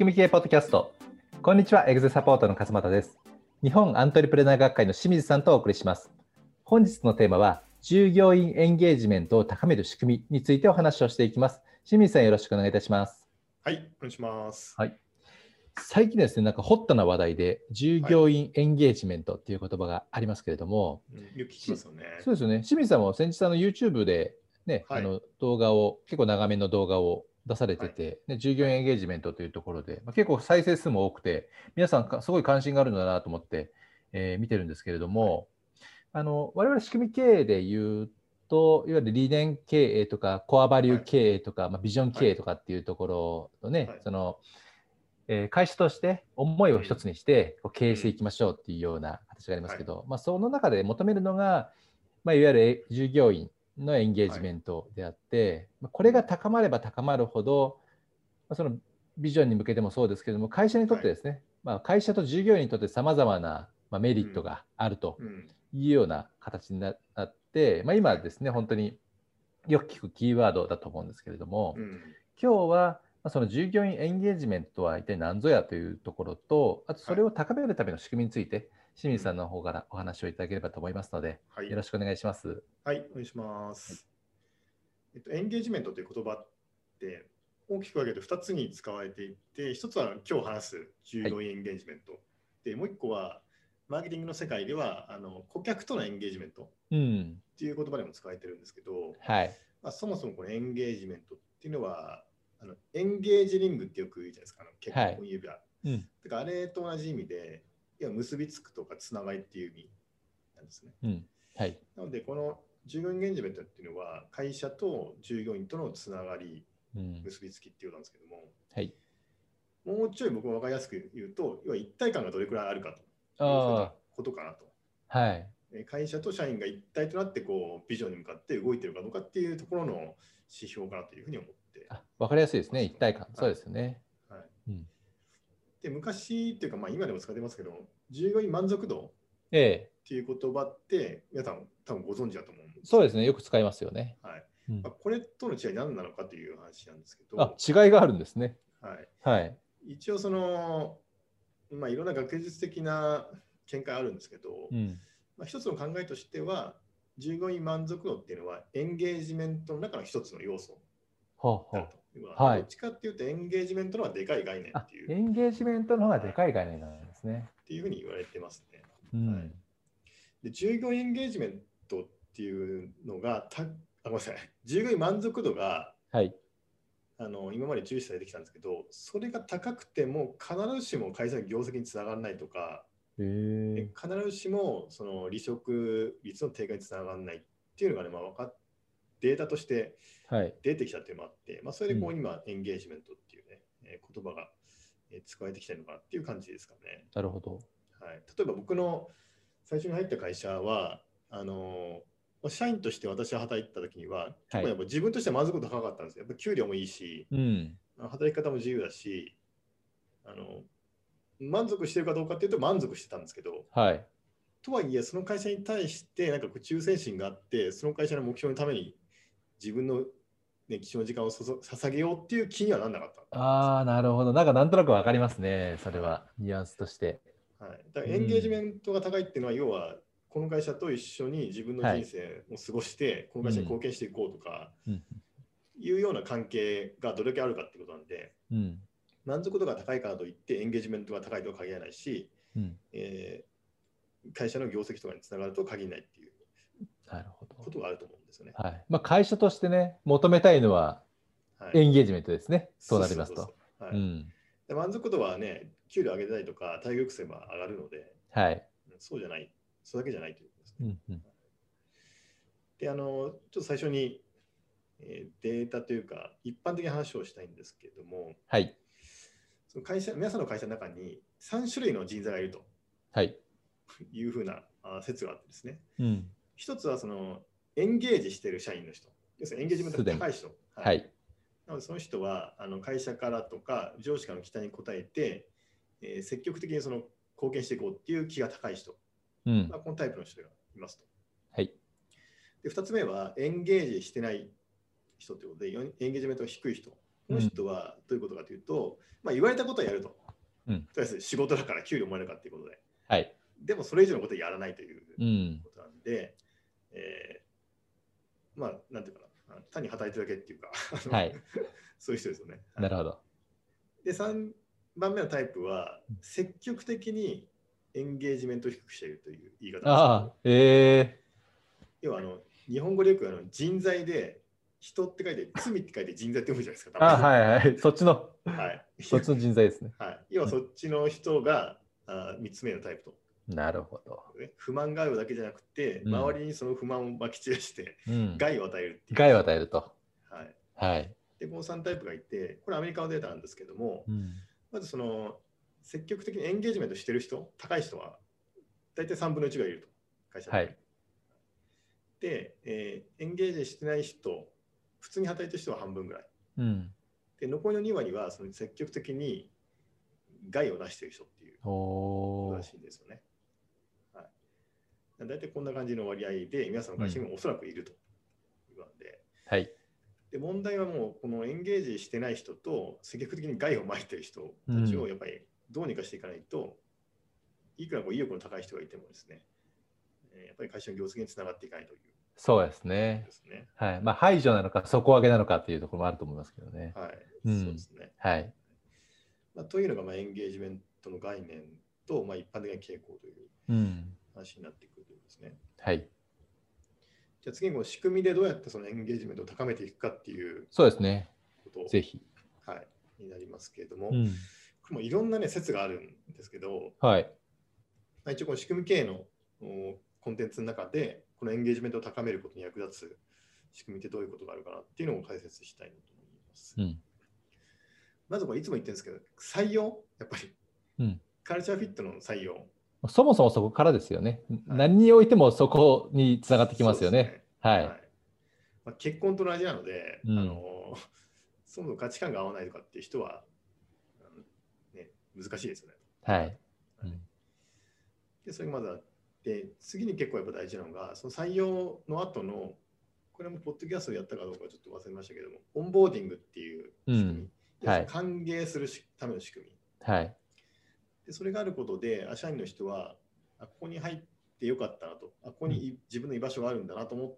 組み系ポッドキャスト。こんにちは、エグゼサポートの勝俣です。日本アントレプレナー学会の清水さんとお送りします。本日のテーマは、従業員エンゲージメントを高める仕組みについてお話をしていきます。清水さん、よろしくお願いいたします。 はい、お願いします。 はい。最近ですね、なんかホットな話題で、従業員エンゲージメントっていう言葉がありますけれども、 よく聞きますよね。 そうですよね。清水さんも先日YouTube で、ね、 はい動画を、結構長めの動画を出されてて、ね、従業員エンゲージメントというところで、結構再生数も多くて、皆さんすごい関心があるんだなと思って、見てるんですけれども、我々仕組み経営で言うと、いわゆる理念経営とか、コアバリュー経営とか、ビジョン経営とかっていうところのね、会社として思いを一つにして経営していきましょうっていうような形がありますけど、その中で求めるのが、いわゆる従業員のエンゲージメントであって、これが高まれば高まるほど、そのビジョンに向けてもそうですけれども、会社にとってですね、会社と従業員にとってさまざまなメリットがあるというような形になって、今ですね、本当によく聞くキーワードだと思うんですけれども、今日はその従業員エンゲージメントとは一体何ぞやというところと、あとそれを高めるための仕組みについて、清水さんの方からお話をいただければと思いますので、よろしくお願いします。 はい、お願いします。エンゲージメントという言葉って大きく分けて2つに使われていて、1つは今日話す従業員エンゲージメント、でもう1個はマーケティングの世界では顧客とのエンゲージメントっていう言葉でも使われてるんですけど、そもそもこのエンゲージメントっていうのはエンゲージリングってよく言うじゃないですか、結婚指輪。だからあれと同じ意味で、結びつくとかつながりっていう意味なんですね。なので、この従業員エンゲージメントっていうのは、会社と従業員とのつながり、結びつきっていうことなんですけども、もうちょい僕も分かりやすく言うと、要は一体感がどれくらいあるかというふうなことかなと。会社と社員が一体となってビジョンに向かって動いているかどうかっていうところの指標かなというふうに思って。 分かりやすいですね、一体感。そうですよね。 で、昔っていうか、今でも使ってますけど、従業員満足度っていう言葉って皆さん多分ご存知だと思うんです。 そうですね、よく使いますよね。 これとの違い何なのかという話なんですけど。違いがあるんですね。 一応いろんな学術的な見解あるんですけど、一つの考えとしては、従業員満足度っていうのはエンゲージメントの中の一つの要素だと。どっちかっていうとエンゲージメントの方がでかい概念っていう。 エンゲージメントの方がでかい概念なんですね。 っていうふうに言われてますね。で、従業員エンゲージメントっていうのがごめんなさい、従業員満足度が、今まで重視されてきたんですけど、それが高くても必ずしも会社の業績につながらないとか、必ずしもその離職率の低下につながらないっていうのがね、データとして出てきたっていうのもあって、それで今エンゲージメントっていうね、言葉が使われてきてるのかなっていう感じですかね。 なるほど。 例えば僕の最初に入った会社は社員として私が働いてた時には結構やっぱ自分としては満足度高かったんですよ。やっぱ給料もいいし、働き方も自由だし、満足してるかどうかっていうと満足してたんですけど、とはいえその会社に対してなんか忠誠心があって、その会社の目標のために自分の貴重な時間を捧げようっていう気にはならなかった。 なるほど。なんとなくわかりますね。それはニュアンスとして。 だからエンゲージメントが高いっていうのは、要はこの会社と一緒に自分の人生を過ごして、この会社に貢献していこうとかいうような関係がどれだけあるかってことなんで、満足度が高いからといってエンゲージメントが高いとは限らないし、会社の業績とかにつながると限らないっていうことがあると思うんですよね。 会社としてね、求めたいのはエンゲージメントですね。そうなりますと。 満足度はね、給料上げたいとか待遇すれば上がるので、そうじゃない、それだけじゃないということですね。で、ちょっと最初に、データというか一般的な話をしたいんですけれども、その皆さんの会社の中に3種類の人材がいるというふうな説があってですね、一つはそのエンゲージしている社員の人、要するにエンゲージメントが高い人。なのでその人は会社からとか上司からの期待に応えて、積極的にその貢献していこうっていう気が高い人、このタイプの人がいますと。で2つ目はエンゲージしてない人ということで、エンゲージメントが低い人この人はどういうことかというと、まあ、言われたことはやると。 うん、 とりあえず仕事だから給料もらえるかっていうことで。 はい。 でもそれ以上のことはやらないといううんことなんで、まあ、なんていうかな、単に働いてるだけっていうか、 はい。 そういう人ですよね。 なるほど。 で、3番目のタイプは、積極的にエンゲージメントを低くしているという言い方です。 ああ、 要は日本語でよく人材で人って書いて、罪って書いて人材って読むじゃないですか。 ああ、はいはい。そっちの、 はい。 そっちの人材ですね。 はい。要はそっちの人が3つ目のタイプと。 なるほど。 不満があるだけじゃなくて、周りにその不満をまき散らして、害を与えるっていう。 害を与えると。 はい。 はい。 で、この3タイプがいて、これアメリカのデータなんですけども、まず積極的にエンゲージメントしてる人、高い人は大体3分の1がいると、会社で。はい、で、エンゲージしてない人、普通に働いてる人は半分ぐらい。で、残りの2割は積極的に害を出している人っていうことらしいんですよね。はい、大体こんな感じの割合で皆さんの会社にもおそらくいるというので、 はい、 で問題はもうこのエンゲージしてない人と積極的に害をまいている人たちをやっぱりどうにかしていかないと、いくら意欲の高い人がいてもですね、やっぱり会社の業績につながっていかないという。 そうですね。はい。まあ、排除なのか底上げなのかっていうところもあると思いますけどね。 はい。そうですね。 はい。 まあ、というのがエンゲージメントの概念と、まあ、一般的な傾向という話になってくるというですね。 はい。 じゃあ次にこの仕組みでどうやってそのエンゲージメントを高めていくかっていうそうですね。ぜひ。 はい。になりますけれども、これもいろんなね、説があるんですけど、 はい。 まあ、一応この仕組み系のコンテンツの中で、このエンゲージメントを高めることに役立つ仕組みってどういうことがあるかなっていうのを解説したいなと思います。まずこれいつも言ってるんですけど、採用、やっぱり、カルチャーフィットの採用。 そもそもそこからですよね。何においてもそこにつながってきますよね。はい。 まあ、結婚と同じなので、その価値観が合わないとかっていう人は、ね、難しいですよね。 はい。 で、それがまずあって、次に結構やっぱ大事なのが、その採用の後の、これもポッドキャストでやったかどうかちょっと忘れましたけども、オンボーディングっていう仕組み、歓迎するための仕組み。 はい。 でそれがあることで、社員の人は、ここに入ってよかったなと、ここに自分の居場所があるんだなと思って、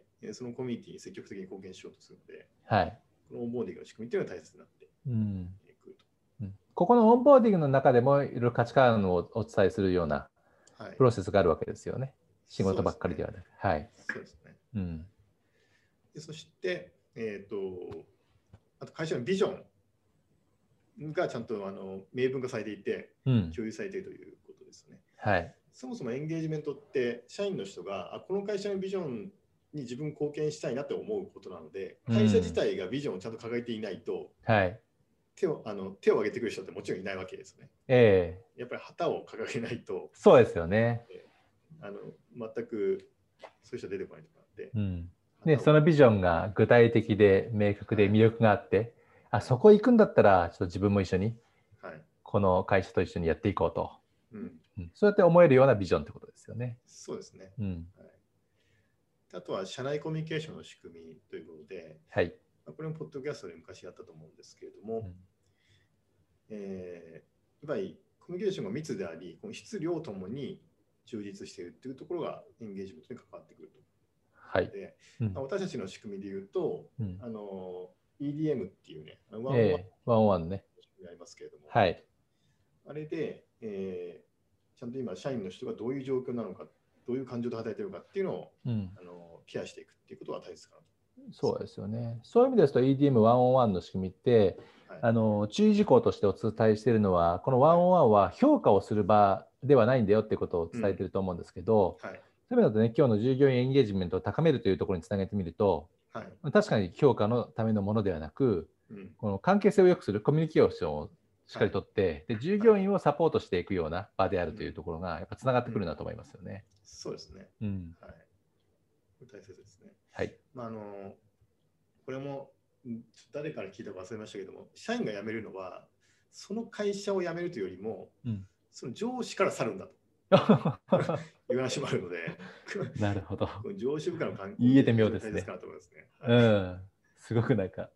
そのコミュニティに積極的に貢献しようとするので、 はい、 このオンボーディングの仕組みというのが大切になってくると。 ここのオンボーディングの中でもいろいろ価値観をお伝えするようなプロセスがあるわけですよね。はい、仕事ばっかりではなく。はい。 そうですね。でそして、あと会社のビジョンがちゃんと明文化されていて、共有されているということですね。 はい。 そもそもエンゲージメントって社員の人がこの会社のビジョンに自分貢献したいなって思うことなので、会社自体がビジョンをちゃんと掲げていないと、手を挙げてくる人ってもちろんいないわけですね。やっぱり旗を掲げないと、 そうですよね。 全くそういう人出てこないとかって。 でそのビジョンが具体的で明確で魅力があって、そこ行くんだったらちょっと自分も一緒に、この会社と一緒にやっていこうと、そうやって思えるようなビジョンってことですよね。 そうですね。あとは社内コミュニケーションの仕組みということで、これもポッドキャストで昔やったと思うんですけれども、やっぱりコミュニケーションが密であり、この質量ともに充実しているというところがエンゲージメントに関わってくると。で私たちの仕組みでいうと、EDM っていうね、 ワンワンね、 ありますけれども、 はい、 あれで、ちゃんと今、社員の人がどういう状況なのか、どういう感情で働いているかっていうのを、ケアしていくっていうことは大切かなと。 そうですよね。そういう意味ですと EDM1on1 の仕組みって、注意事項としてお伝えしているのは、この1on1は評価をする場ではないんだよっていうことを伝えていると思うんですけど、そういう意味だとね、今日の従業員エンゲージメントを高めるというところにつなげてみると、確かに評価のためのものではなく、この関係性を良くするコミュニケーションをしっかりとって、で従業員をサポートしていくような場であるというところがやっぱつながってくるなと思いますよね。 そうですね。大切ですね。 はい。 これも誰から聞いたか忘れましたけども、社員が辞めるのはその会社を辞めるというよりも、その上司から去るんだという話もあるのでなるほど。 上司部下の関係言えて妙ですね。 大切かなと思いますね。 すごくなんか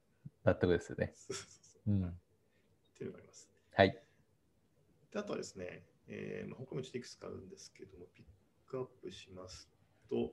納得ですよね。 そうそうそううん。 っていうのがあります。 はい。 であとはですね、他もちょっといくつかあるんですけども、ピックアップしますと、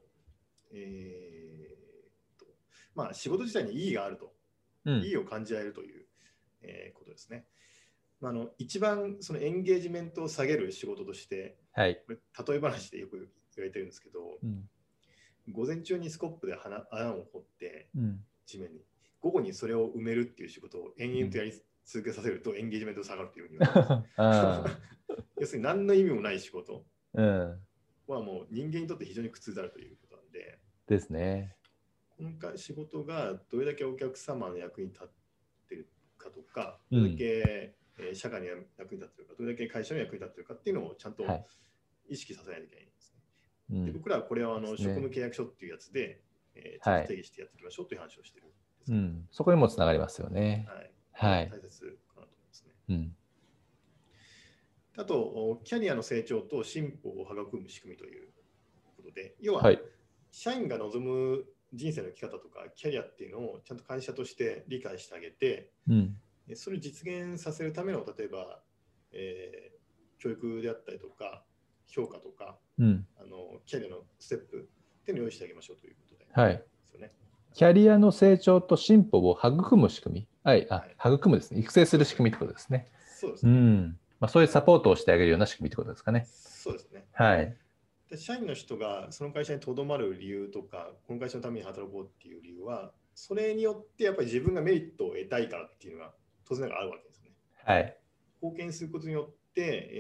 まあ、仕事自体に意義があると、 うん。 意義を感じられるという、ことですね。まあ、一番そのエンゲージメントを下げる仕事として、 はい。 これ例え話でよく言われてるんですけど、 うん。 午前中にスコップで穴を掘ってうん。 地面に、午後にそれを埋めるっていう仕事を延々とやり続けさせるとエンゲージメントが下がるというふうに言われてます。要するに何の意味もない仕事うん。 はもう人間にとって非常に苦痛であるということなんで、 ですね。 この仕事がどれだけお客様の役に立っているかとか、 うんどれだけ社会の役に立っているか、どれだけ会社の役に立っているかっていうのをちゃんとはい。 意識させないといけないんですね。 うん。 で僕らはこれはですね職務契約書っていうやつで、ちゃんと定義してやっていきましょうという話をしているんですうね。 ん。そこにもつながりますよね。 はい。 はい。 大切かなと思いますね。 うん。 あと、キャリアの成長と進歩を育む仕組みということで、要は、 はい。 社員が望む人生の生き方とかキャリアっていうのをちゃんと会社として理解してあげて、 うん。 それを実現させるための例えば、教育であったりとか評価とか、 うん。 キャリアのステップっていうのを用意してあげましょうということで、 はい。 ですよね。 キャリアの成長と進歩を育む仕組み。はい。 はい育むですね。育成する仕組みってことですね。 そうですね。 まあ、そういうサポートをしてあげるような仕組みってことですかね。 そうですね。 はい。 で社員の人がその会社にとどまる理由とか、この会社のために働こうっていう理由は、それによってやっぱり自分がメリットを得たいからっていうのが当然ながらあるわけですよね。 はい。 貢献することによって、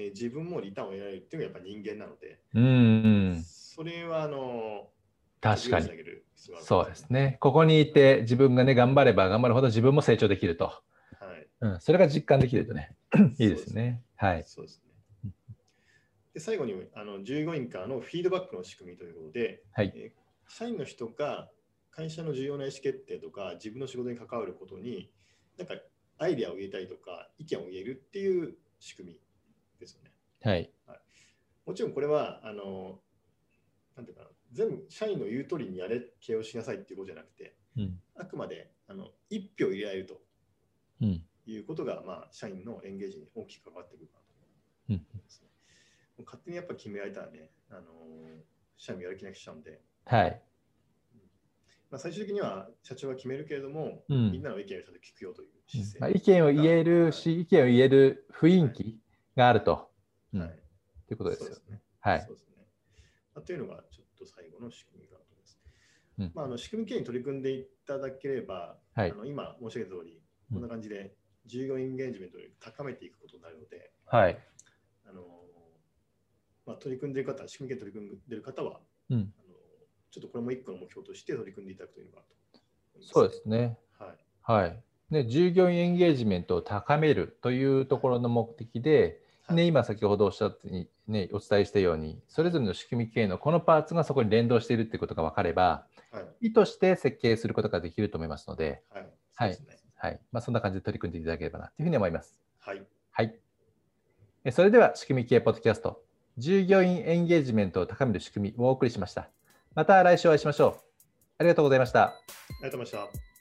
自分もリターンを得られるっていうのがやっぱり人間なので、それは確かに。 してあげる必要があるそうですね。ここにいて自分がね、頑張れば頑張るほど自分も成長できると。 はい。 それが実感できるとね、いいですね。はい。 そうですね。で最後に従業員からのフィードバックの仕組みということで、 はい。 社員の人が会社の重要な意思決定とか自分の仕事に関わることになんかアイデアを入れたりとか意見を言えるっていう仕組みですよね。 はい。 もちろんこれはなんていうかな、全部社員の言う通りにやれ形をしなさいっていうことじゃなくて、あくまで一票入れられるということが、まあ、社員のエンゲージに大きく関わってくるかなと思いますね。勝手にやっぱり決められたらね、社員もやる気なくしちゃうんで、 はい。 まあ、最終的には社長が決めるけれども、みんなの意見をちゃんと聞くよという姿勢、 まあ、意見を言えるし、意見を言える雰囲気があると。ということですよね。はい。 そうですね。というのがちょっと最後の仕組みかなと思います。まあ、仕組み系に取り組んでいただければ、今申し上げた通り、こんな感じで従業員エンゲージメントを高めていくことになるので、 はい。 まあ、取り組んでいる方、仕組み系に取り組んでいる方は、ちょっとこれも一個の目標として取り組んでいただくというのがあると思います。 そうですね。はい。で、従業員エンゲージメントを高めるというところの目的で、今先ほどおっしゃって、ね、お伝えしたように、それぞれの仕組み系のこのパーツがそこに連動しているということが分かれば、意図して設計することができると思いますので、はい。まあ、そんな感じで取り組んでいただければなというふうに思います。はい。はい。それでは、仕組み系ポッドキャスト、従業員エンゲージメントを高める仕組みをお送りしました。また来週お会いしましょう。ありがとうございました。 ありがとうございました。